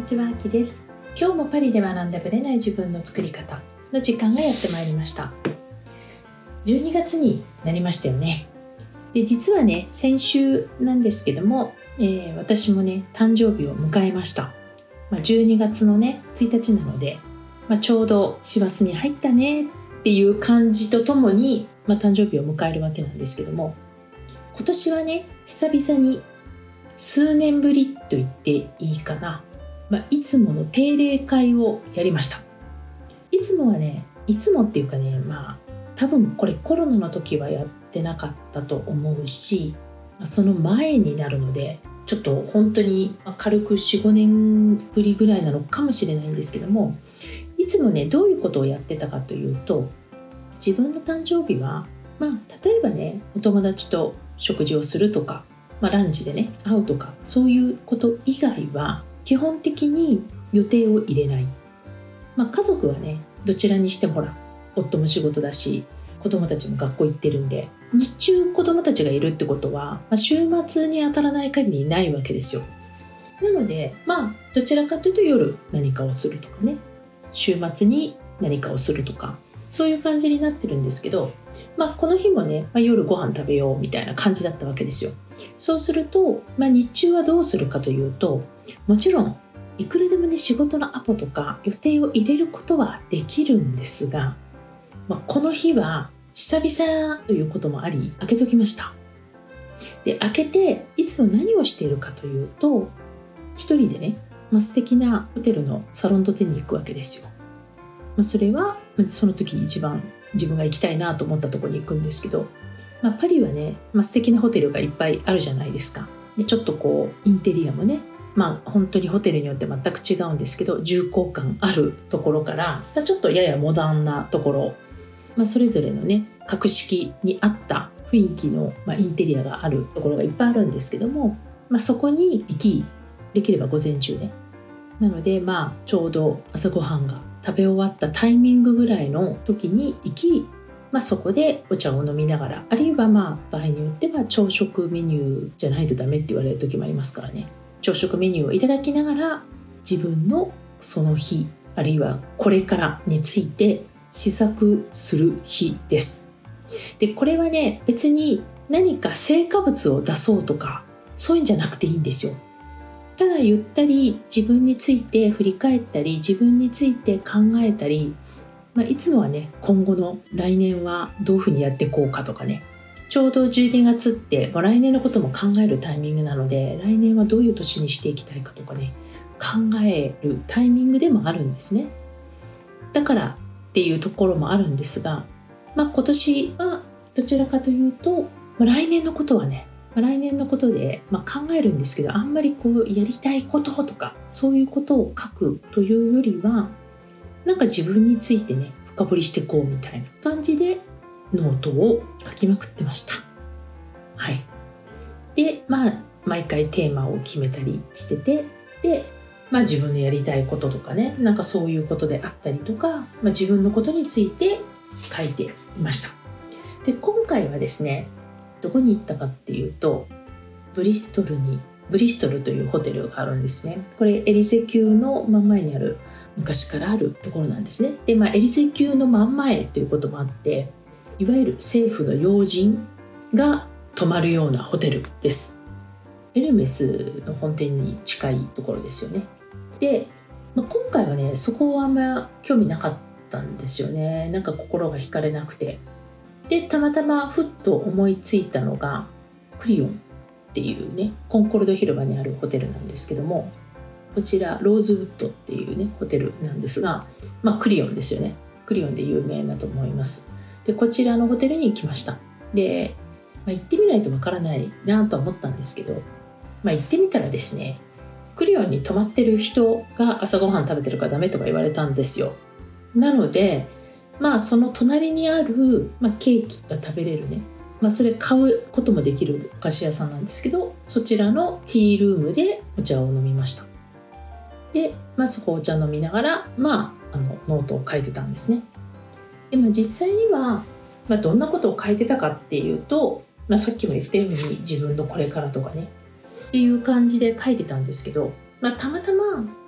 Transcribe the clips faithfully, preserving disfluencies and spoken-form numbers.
にちは、あきです。今日もパリで学んだブレない自分の作り方の時間がやってまいりました。じゅうにがつになりましたよね。で、実はね、先週なんですけども、えー、私もね、誕生日を迎えました。まあ、じゅうにがつのね、ついたちなので、まあ、ちょうど師走に入ったねっていう感じとともに、まあ、誕生日を迎えるわけなんですけども、今年はね、久々に数年ぶりと言っていいかな、まあ、いつもの定例会をやりました。いつもはね、いつもっていうかね、まあ多分これコロナの時はやってなかったと思うし、その前になるのでちょっと本当に軽く よん,ご 年ぶりぐらいなのかもしれないんですけども、いつもね、どういうことをやってたかというと、自分の誕生日は、まあ、例えばね、お友達と食事をするとか、まあ、ランチでね会うとか、そういうこと以外は基本的に予定を入れない。まあ、家族はね、どちらにしてもほら、夫も仕事だし、子供たちも学校行ってるんで、日中子供たちがいるってことは、まあ、週末に当たらない限りないわけですよ。なので、まあどちらかというと夜何かをするとかね、週末に何かをするとか、そういう感じになってるんですけど、まあ、この日もね、まあ、夜ご飯食べようみたいな感じだったわけですよ。そうすると、まあ、日中はどうするかというと、もちろんいくらでもね、仕事のアポとか予定を入れることはできるんですが、まあ、この日は久々ということもあり開けときました。で、開けていつも何をしているかというと、一人でね、まあ、素敵なホテルのサロンドテに行くわけですよ。まあ、それはその時一番自分が行きたいなと思ったところに行くんですけど、まあ、パリはね、まあ、素敵なホテルがいっぱいあるじゃないですか。で、ちょっとこうインテリアもね、まあ本当にホテルによって全く違うんですけど、重厚感あるところからちょっとややモダンなところ、まあ、それぞれのね、格式に合った雰囲気の、まあ、インテリアがあるところがいっぱいあるんですけども、まあ、そこに行き、できれば午前中ね、なのでまあちょうど朝ごはんが食べ終わったタイミングぐらいの時に行き、まあ、そこでお茶を飲みながら、あるいはまあ場合によっては朝食メニューじゃないとダメって言われる時もありますからね、朝食メニューをいただきながら自分のその日、あるいはこれからについて試作する日です。で、これはね、別に何か成果物を出そうとかそういうんじゃなくていいんですよ。ただゆったり自分について振り返ったり、自分について考えたり、まあ、いつもはね、今後の来年はどういうふうにやっていこうかとかね、ちょうどじゅうにがつってもう来年のことも考えるタイミングなので、来年はどういう年にしていきたいかとかね、考えるタイミングでもあるんですね。だからっていうところもあるんですが、まあ、今年はどちらかというと、まあ、来年のことはね、まあ、来年のことで、まあ、考えるんですけど、あんまりこうやりたいこととかそういうことを書くというよりは、なんか自分についてね、深掘りしていこうみたいな感じでノートを書きまくってました。はい。で、まあ毎回テーマを決めたりしてて、で、まあ自分のやりたいこととかね、なんかそういうことであったりとか、まあ、自分のことについて書いていました。で、今回はですね、どこに行ったかっていうと、ブリストルにブリストルというホテルがあるんですね。これエリセ宮の真ん前にある、昔からあるところなんですね。で、まあ、エリセ宮の真ん前ということもあって、いわゆる政府の要人が泊まるようなホテルです。エルメスの本店に近いところですよね。で、まあ、今回はね、そこはあんま興味なかったんですよね。なんか心が惹かれなくて。で、たまたまふっと思いついたのがクリオンっていうね、コンコルド広場にあるホテルなんですけども、こちらローズウッドっていうねホテルなんですが、まあクリオンですよね。クリオンで有名だと思います。で、こちらのホテルに行きました。で、まあ、行ってみないとわからないなとは思ったんですけど、まあ、行ってみたらですね、クリオンに泊まってる人が朝ごはん食べてるからダメとか言われたんですよ。なので、まあその隣にある、まあ、ケーキが食べれるね、まあ、それ買うこともできるお菓子屋さんなんですけど、そちらのティールームでお茶を飲みました。で、まあ、そこお茶飲みながら、まあ、あのノートを書いてたんですね。で、まあ、実際には、まあ、どんなことを書いてたかっていうと、まあ、さっきも言ったように自分のこれからとかねっていう感じで書いてたんですけど、まあ、たまたま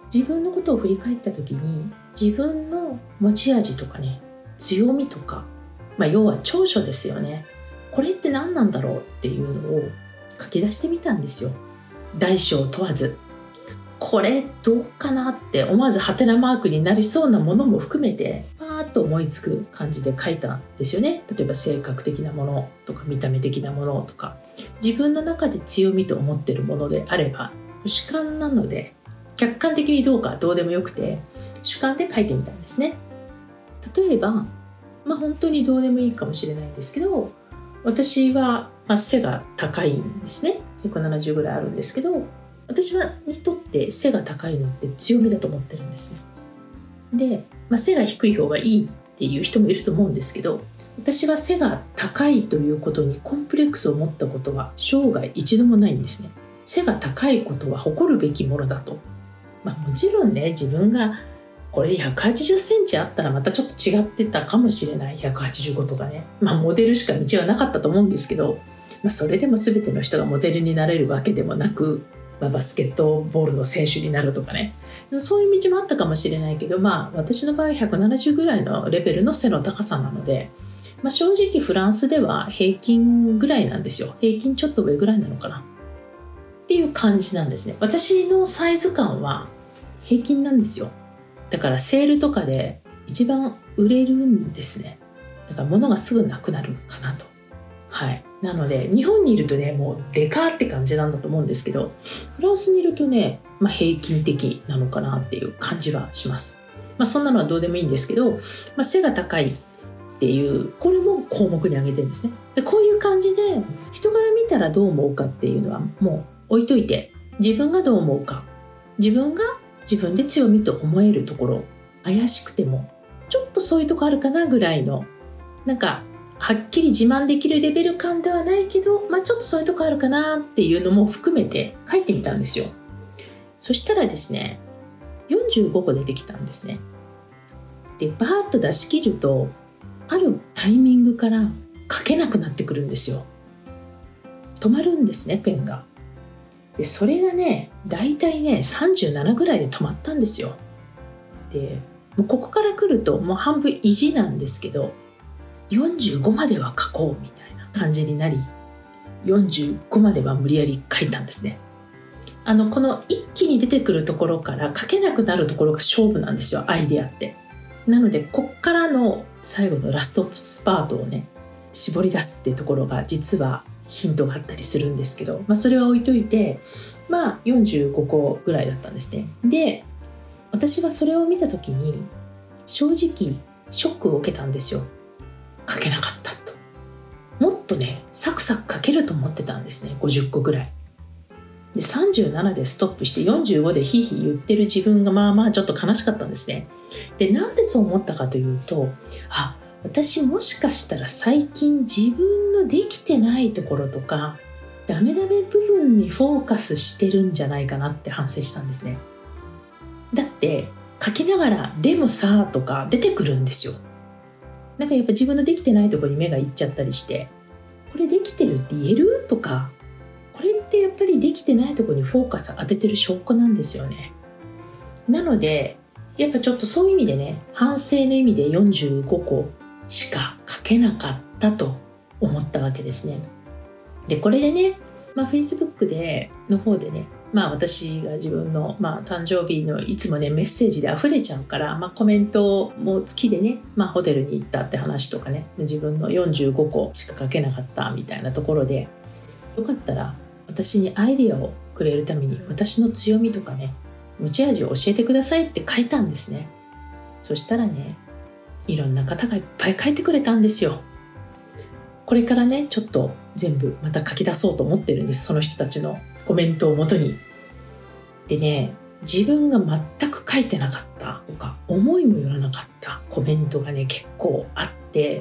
自分のことを振り返った時に自分の持ち味とかね、強みとか、まあ、要は長所ですよね。これって何なんだろうっていうのを書き出してみたんですよ。大小問わず、これどうかなって思わずハテナマークになりそうなものも含めてパーッと思いつく感じで書いたんですよね。例えば性格的なものとか見た目的なものとか、自分の中で強みと思っているものであれば、主観なので客観的にどうかどうでもよくて、主観で書いてみたんですね。例えば、まあ、本当にどうでもいいかもしれないんですけど、私は、まあ、背が高いんですね。ひゃくななじゅうぐらいあるんですけど、私はにとって背が高いのって強みだと思ってるんですね。で、まあ、背が低い方がいいっていう人もいると思うんですけど、私は背が高いということにコンプレックスを持ったことは生涯一度もないんですね。背が高いことは誇るべきものだと。まあ、もちろんね、自分がこれひゃくはちじゅっセンチあったらまたちょっと違ってたかもしれない。ひゃくはちじゅうごとかね、まあ、モデルしか道はなかったと思うんですけど、まあ、それでも全ての人がモデルになれるわけでもなく、まあ、バスケットボールの選手になるとかね、そういう道もあったかもしれないけど、まあ、私の場合ひゃくななじゅうぐらいのレベルの背の高さなので、まあ、正直フランスでは平均ぐらいなんですよ。平均ちょっと上ぐらいなのかなっていう感じなんですね。私のサイズ感は平均なんですよ。だからセールとかで一番売れるんですね。だから物がすぐなくなるかなと。はい。なので日本にいるとね、もうデカーって感じなんだと思うんですけど、フランスにいるとね、まあ、平均的なのかなっていう感じはします。まあ、そんなのはどうでもいいんですけど、まあ、背が高いっていうこれも項目に挙げてるんですね。で、こういう感じで人から見たらどう思うかっていうのはもう置いといて、自分がどう思うか、自分が自分で強みと思えるところ、怪しくてもちょっとそういうとこあるかなぐらいの、なんかはっきり自慢できるレベル感ではないけど、まあ、ちょっとそういうとこあるかなっていうのも含めて書いてみたんですよ。そしたらですね、よんじゅうごこ出てきたんですね。で、バーッと出し切るとあるタイミングから書けなくなってくるんですよ。止まるんですね、ペンが。で、それがね、だいたいねさんじゅうななぐらいで止まったんですよ。で、もうここから来るともう半分意地なんですけど、よんじゅうごまでは書こうみたいな感じになり、よんじゅうごまでは無理やり書いたんですね。あのこの一気に出てくるところから書けなくなるところが勝負なんですよ、アイデアって。なのでこっからの最後のラストスパートをね、絞り出すっていうところが実はヒントがあったりするんですけど、まあ、それは置いといて、まあよんじゅうごこぐらいだったんですね。で、私はそれを見た時に正直ショックを受けたんですよ。書けなかったと。もっとねサクサク書けると思ってたんですね。ごじゅっこぐらいで、さんじゅうななでストップしてよんじゅうごでヒーヒー言ってる自分がまあまあちょっと悲しかったんですね。で、なんでそう思ったかというと、あ、私もしかしたら最近自分のできてないところとかダメダメ部分にフォーカスしてるんじゃないかなって反省したんですね。だって書きながらでもさとか出てくるんですよ。なんかやっぱ自分のできてないところに目がいっちゃったりして、これできてるって言えるとか、これってやっぱりできてないところにフォーカス当ててる証拠なんですよね。なのでやっぱちょっとそういう意味でね、反省の意味でよんじゅうごこしか書けなかったと思ったわけですね。で、これでね、まあ、Facebook での方でね、まあ、私が自分の、まあ、誕生日のいつもねメッセージで溢れちゃうから、まあ、コメントも付きでね、まあ、ホテルに行ったって話とかね、自分のよんじゅうごこしか書けなかったみたいなところで、よかったら私にアイデアをくれるために私の強みとかね、持ち味を教えてくださいって書いたんですね。そしたらね、いろんな方がいっぱい書いてくれたんですよ。これからねちょっと全部また書き出そうと思ってるんです、その人たちのコメントをもとに。でね、自分が全く書いてなかったとか思いもよらなかったコメントがね結構あって、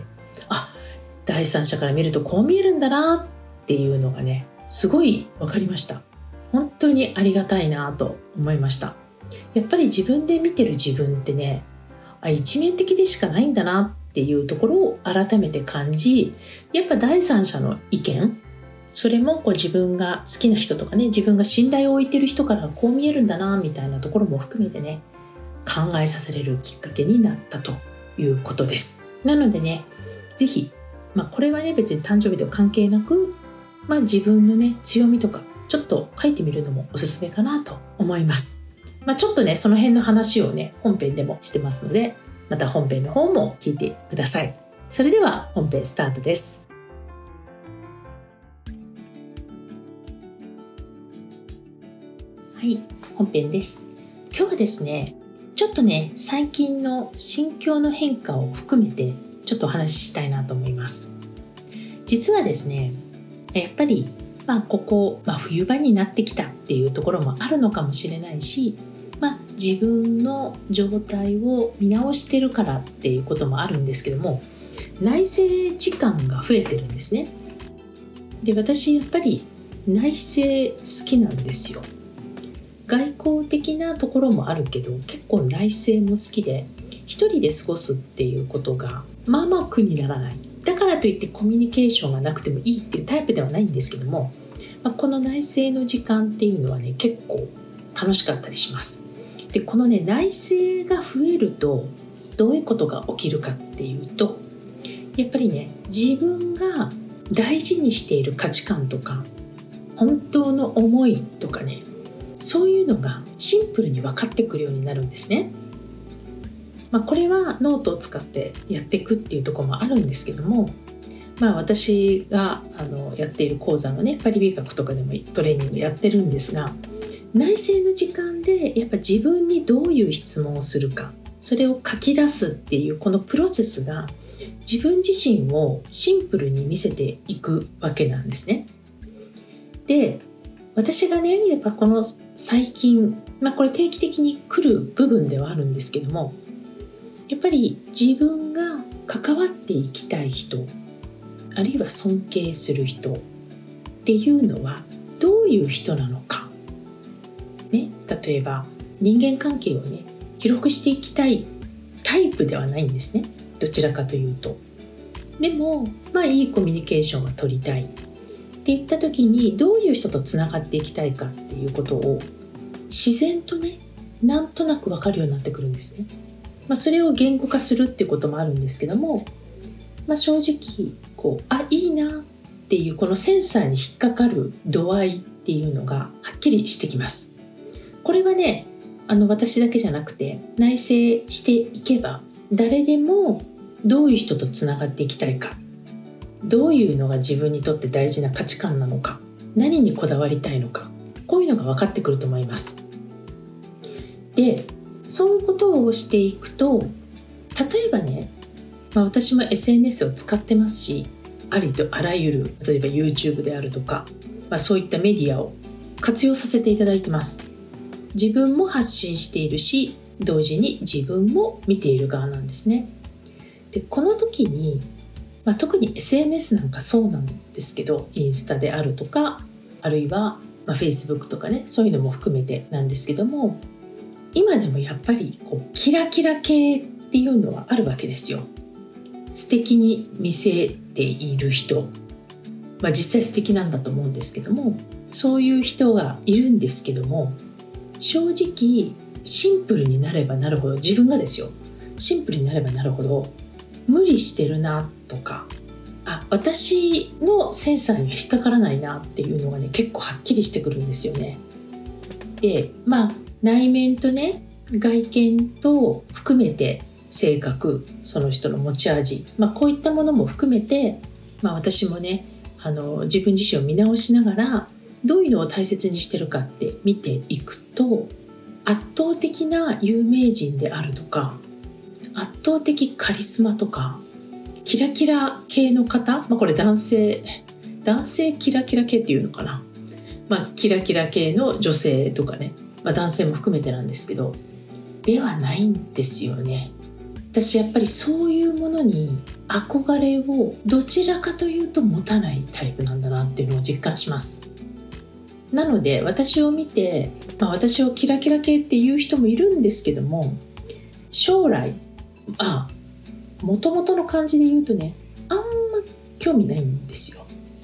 あ、第三者から見るとこう見えるんだなっていうのがねすごい分かりました。本当にありがたいなと思いました。やっぱり自分で見てる自分ってね、あ、一面的でしかないんだなっていうところを改めて感じ、やっぱ第三者の意見、 それもこう自分が好きな人とかね、自分が信頼を置いてる人からこう見えるんだなみたいなところも含めてね、考えさせれるきっかけになったということです。なのでね、ぜひ、まあ、これはね別に誕生日と関係なく、まあ、自分のね強みとかちょっと書いてみるのもおすすめかなと思います。まあ、ちょっとねその辺の話をね本編でもしてますので、また本編の方も聞いてください。それでは本編スタートです。はい、本編です。今日はですね、ちょっとね最近の心境の変化を含めてちょっとお話ししたいなと思います。実はですね、やっぱりまあここ、まあ、冬場になってきたっていうところもあるのかもしれないし、まあ、自分の状態を見直してるからっていうこともあるんですけども、内省時間が増えてるんですね。で、私やっぱり内省好きなんですよ。外交的なところもあるけど、結構内省も好きで、一人で過ごすっていうことがまあまあ苦にならない。だからといってコミュニケーションがなくてもいいっていうタイプではないんですけども、まあ、この内省の時間っていうのはね結構楽しかったりします。で、このね内省が増えるとどういうことが起きるかっていうと、やっぱりね自分が大事にしている価値観とか本当の思いとかね、そういうのがシンプルに分かってくるようになるんですね。まあ、これはノートを使ってやっていくっていうところもあるんですけども、まあ、私があのやっている講座のねパリ美学とかでもトレーニングやってるんですが、内省の時間でやっぱ自分にどういう質問をするか、それを書き出すっていうこのプロセスが自分自身をシンプルに見せていくわけなんですね。で、私がねやっぱこの最近、まあ、これ定期的に来る部分ではあるんですけども、やっぱり自分が関わっていきたい人、あるいは尊敬する人っていうのはどういう人なのか、ね、例えば人間関係をね広くしていきたいタイプではないんですね。どちらかというと。でも、まあ、いいコミュニケーションが取りたいっていった時にどういう人とつながっていきたいかっていうことを自然とねなんとなく分かるようになってくるんですね。まあ、それを言語化するっていうこともあるんですけども、まあ、正直こうあいいなっていうこのセンサーに引っかかる度合いっていうのがはっきりしてきます。これはねあの私だけじゃなくて内省していけば誰でもどういう人とつながっていきたいか、どういうのが自分にとって大事な価値観なのか、何にこだわりたいのか、こういうのが分かってくると思います。で、そういうことをしていくと、例えばね、まあ、私も エスエヌエス を使ってますし、ありとあらゆる例えば YouTube であるとか、まあ、そういったメディアを活用させていただいてます。自分も発信しているし、同時に自分も見ている側なんですね。で、この時に、まあ、特に エスエヌエス なんかそうなんですけど、インスタであるとか、あるいは、まあ、Facebook とかね、そういうのも含めてなんですけども、今でもやっぱりこうキラキラ系っていうのはあるわけですよ。素敵に見せている人、まあ、実際素敵なんだと思うんですけども、そういう人がいるんですけども、正直シンプルになればなるほど、自分がですよシンプルになればなるほど無理してるなとか、あ、私のセンサーには引っかからないなっていうのがね結構はっきりしてくるんですよね。で、まあ内面とね外見と含めて性格、その人の持ち味、まあ、こういったものも含めて、まあ、私もねあの自分自身を見直しながらどういうのを大切にしてるかって見ていくと、圧倒的な有名人であるとか、圧倒的カリスマとかキラキラ系の方、まあ、これ男性男性キラキラ系っていうのかな、まあ、キラキラ系の女性とかね、まあ、男性も含めてなんですけど、ではないんですよね。私やっぱりそういうものに憧れをどちらかというと持たないタイプなんだなっていうのを実感します。なので私を見て、まあ、私をキラキラ系っていう人もいるんですけども、将来あ元々の感じで言うとね、あんま興味ないんですよ。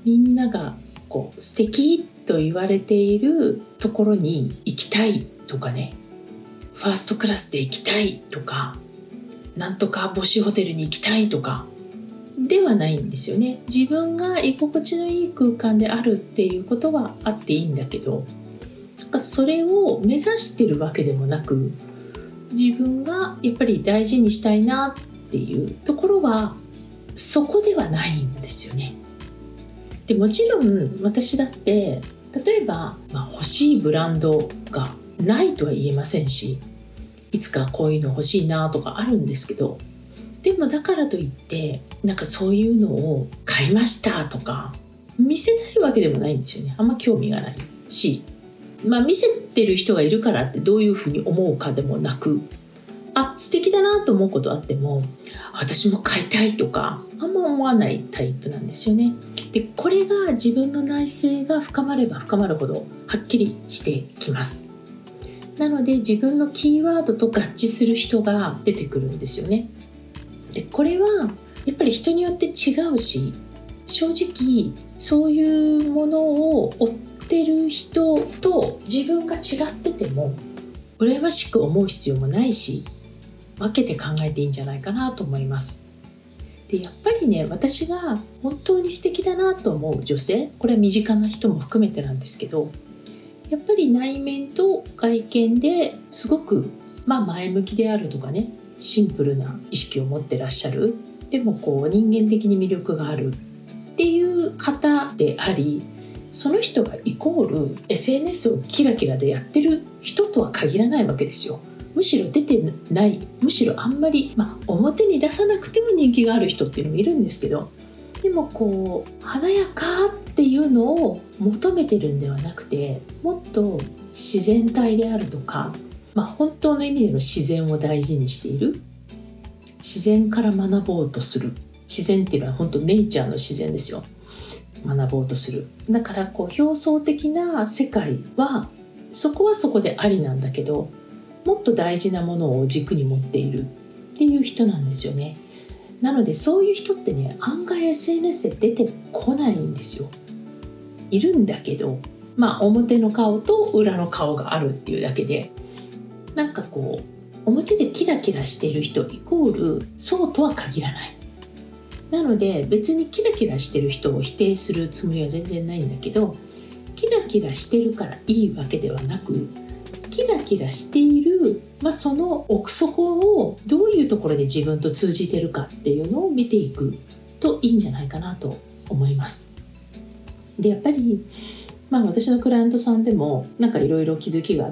みんながこう素敵と言われているところに行きたいとかね、ファーストクラスで行きたいとか、なんとか星ホテルに行きたいとかではないんですよね。自分が居心地のいい空間であるっていうことはあっていいんだけど、なんかそれを目指してるわけでもなく、自分がやっぱり大事にしたいなっていうところはそこではないんですよね。でもちろん私だって例えば、まあ、欲しいブランドがないとは言えませんし、いつかこういうの欲しいなとかあるんですけど、でもだからといってなんかそういうのを買いましたとか見せたいわけでもないんですよね。あんま興味がないし、まあ見せてる人がいるからってどういうふうに思うかでもなく、あ、素敵だなと思うことあっても私も買いたいとかあんま思わないタイプなんですよね。でこれが自分の内省が深まれば深まるほどはっきりしてきます。なので自分のキーワードと合致する人が出てくるんですよね。でこれはやっぱり人によって違うし、正直そういうものを追ってる人と自分が違ってても羨ましく思う必要もないし、分けて考えていいんじゃないかなと思います。でやっぱりね、私が本当に素敵だなと思う女性、これは身近な人も含めてなんですけど、やっぱり内面と外見ですごく、まあ、前向きであるとかね、シンプルな意識を持ってらっしゃる、でもこう人間的に魅力があるっていう方であり、その人がイコール エスエヌエス をキラキラでやってる人とは限らないわけですよ。むしろ出てない、むしろあんまり、まあ、表に出さなくても人気がある人っていうのもいるんですけど、でもこう華やかっていうのを求めてるんではなくて、もっと自然体であるとか、まあ、本当の意味での自然を大事にしている、自然から学ぼうとする、自然っていうのは本当ネイチャーの自然ですよ。学ぼうとする。だからこう表層的な世界はそこはそこでありなんだけど、もっと大事なものを軸に持っているっていう人なんですよね。なのでそういう人ってね、案外 エスエヌエス で出てこないんですよ。いるんだけど、まあ表の顔と裏の顔があるっていうだけで、なんかこう表でキラキラしている人イコールそうとは限らない。なので別にキラキラしてる人を否定するつもりは全然ないんだけど、キラキラしてるからいいわけではなく、キラキラしている、まあ、その奥底をどういうところで自分と通じてるかっていうのを見ていくといいんじゃないかなと思います。でやっぱり、まあ、私のクライアントさんでもなんかいろいろ気づきがあって、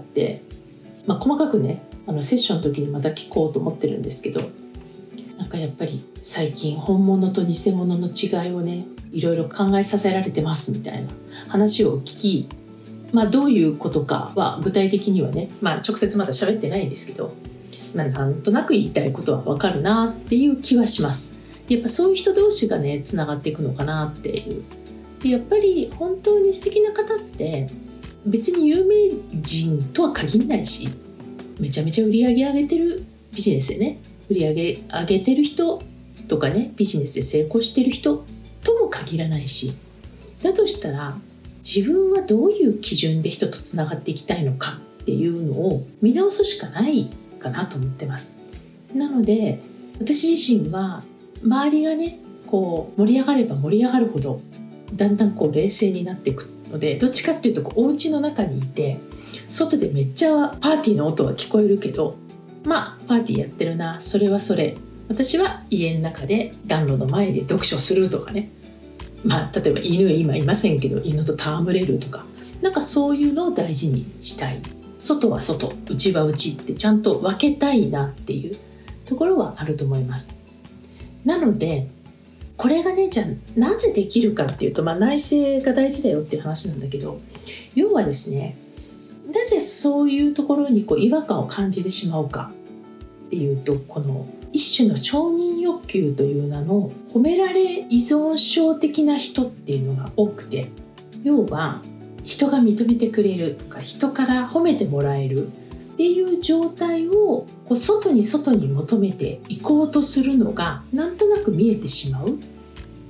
まあ、細かくねあのセッションの時にまた聞こうと思ってるんですけど、なんかやっぱり最近本物と偽物の違いをねいろいろ考えさせられてますみたいな話を聞き、まあ、どういうことかは具体的にはね、まあ、直接まだ喋ってないんですけど、まあ、なんとなく言いたいことは分かるなっていう気はします。やっぱそういう人同士がねつながっていくのかなっていう。でやっぱり本当に素敵な方って別に有名人とは限らないし、めちゃめちゃ売り上げ上げてるビジネスでね売り上げ上げてる人とかね、ビジネスで成功してる人とも限らないし、だとしたら自分はどういう基準で人とつながっていきたいのかっていうのを見直すしかないかなと思ってます。なので私自身は周りがねこう盛り上がれば盛り上がるほどだんだんこう冷静になっていくので、どっちかっていうとこうお家の中にいて外でめっちゃパーティーの音が聞こえるけど、まあパーティーやってるな、それはそれ、私は家の中で暖炉の前で読書するとかね、まあ例えば犬今いませんけど犬と戯れるとか、なんかそういうのを大事にしたい、外は外内は内ってちゃんと分けたいなっていうところはあると思います。なのでこれがね、じゃあなぜできるかっていうと、まあ、内省が大事だよっていう話なんだけど、要はですね、なぜそういうところにこう違和感を感じてしまうかっていうと、この一種の承認欲求という名の褒められ依存症的な人っていうのが多くて、要は人が認めてくれるとか人から褒めてもらえるっていう状態をこう外に外に求めていこうとするのがなんとなく見えてしまう。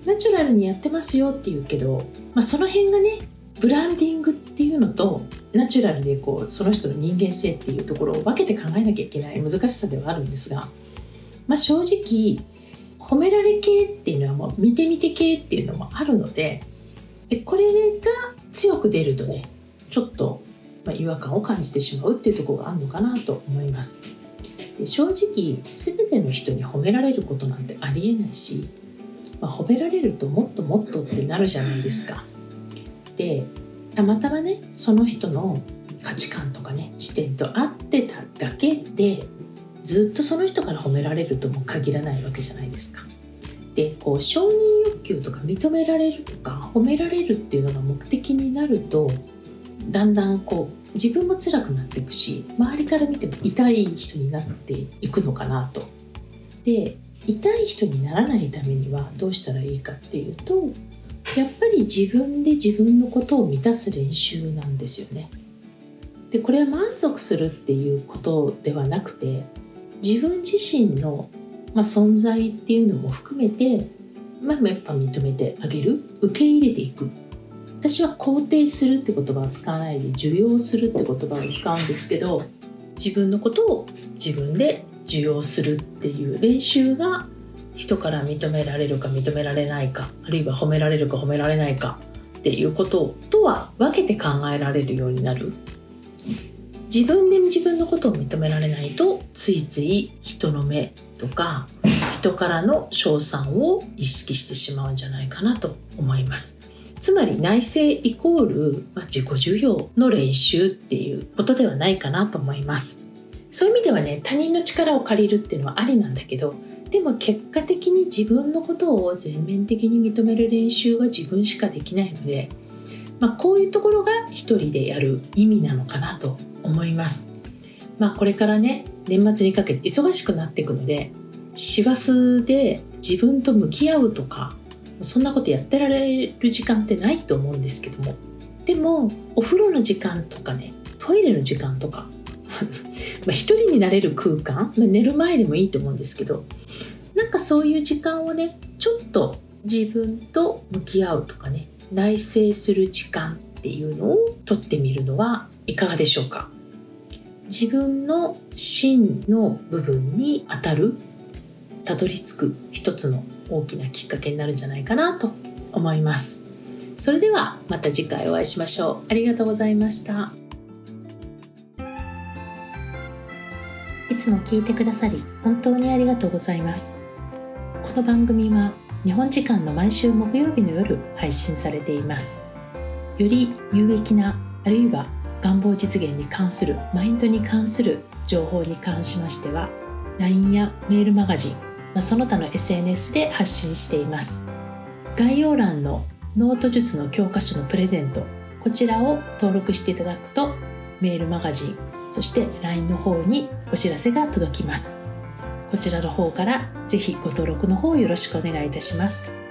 ナチュラルにやってますよって言うけど、まあ、その辺がねブランディングっていうのとナチュラルでこうその人の人間性っていうところを分けて考えなきゃいけない難しさではあるんですが、まあ、正直褒められ系っていうのはもう見て見て系っていうのもあるので、これが強く出るとねちょっと違和感を感じてしまうっていうところがあるのかなと思います。で正直全ての人に褒められることなんてありえないし、まあ、褒められるともっともっとってなるじゃないですか。でたまたまねその人の価値観とかね視点と合ってただけでずっとその人から褒められるとも限らないわけじゃないですか。でこう承認欲求とか認められるとか褒められるっていうのが目的になるとだんだんこう自分も辛くなっていくし、周りから見ても痛い人になっていくのかなと。で痛い人にならないためにはどうしたらいいかっていうと、やっぱり自分で自分のことを満たす練習なんですよね。でこれは満足するっていうことではなくて、自分自身の、まあ、存在っていうのも含めて、まあ、やっぱ認めてあげる、受け入れていく。私は肯定するって言葉を使わないで受容するって言葉を使うんですけど、自分のことを自分で受容するっていう練習が人から認められるか認められないか、あるいは褒められるか褒められないかっていうこととは分けて考えられるようになる。自分で自分のことを認められないと、ついつい人の目とか人からの称賛を意識してしまうんじゃないかなと思います。つまり内省イコール、まあ、自己受容の練習っていうことではないかなと思います。そういう意味ではね、他人の力を借りるっていうのはありなんだけど、でも結果的に自分のことを全面的に認める練習は自分しかできないので、まあ、こういうところが一人でやる意味なのかなと思います。まあ、これからね年末にかけて忙しくなっていくので、師走で自分と向き合うとかそんなことやってられる時間ってないと思うんですけども、でもお風呂の時間とかね、トイレの時間とかまあ一人になれる空間、まあ、寝る前でもいいと思うんですけど、なんかそういう時間をねちょっと自分と向き合うとかね、内省する時間っていうのを取ってみるのはいかがでしょうか。自分の真の部分に当たる、たどり着く一つの大きなきっかけになるんじゃないかなと思います。それではまた次回お会いしましょう。ありがとうございました。いつも聞いてくださり本当にありがとうございます。この番組は日本時間の毎週木曜日の夜配信されています。より有益な、あるいは願望実現に関する、マインドに関する情報に関しましては ライン やメールマガジン、まあ、その他の エスエヌエス で発信しています。概要欄のノート術の教科書のプレゼント、こちらを登録していただくとメールマガジン、そして ライン の方にお知らせが届きます。こちらの方からぜひご登録の方よろしくお願いいたします。